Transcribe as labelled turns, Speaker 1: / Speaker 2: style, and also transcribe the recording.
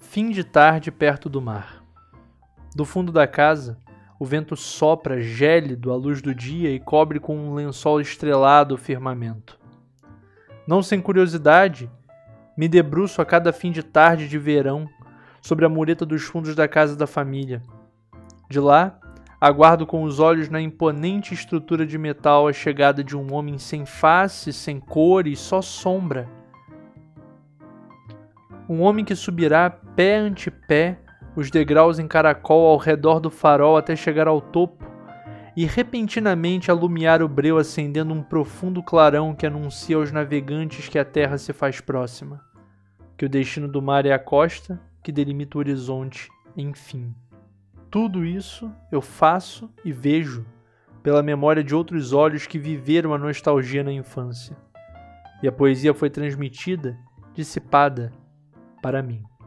Speaker 1: Fim de tarde perto do mar. Do fundo da casa, o vento sopra gélido à luz do dia e cobre com um lençol estrelado o firmamento. Não sem curiosidade, me debruço a cada fim de tarde de verão sobre a mureta dos fundos da casa da família. De lá, aguardo com os olhos na imponente estrutura de metal a chegada de um homem sem face, sem cor e só sombra. Um homem que subirá pé ante pé os degraus em caracol ao redor do farol até chegar ao topo e repentinamente alumiar o breu acendendo um profundo clarão que anuncia aos navegantes que a terra se faz próxima, que o destino do mar é a costa que delimita o horizonte, enfim. Tudo isso eu faço e vejo pela memória de outros olhos que viveram a nostalgia na infância. E a poesia foi transmitida, dissipada, para mim.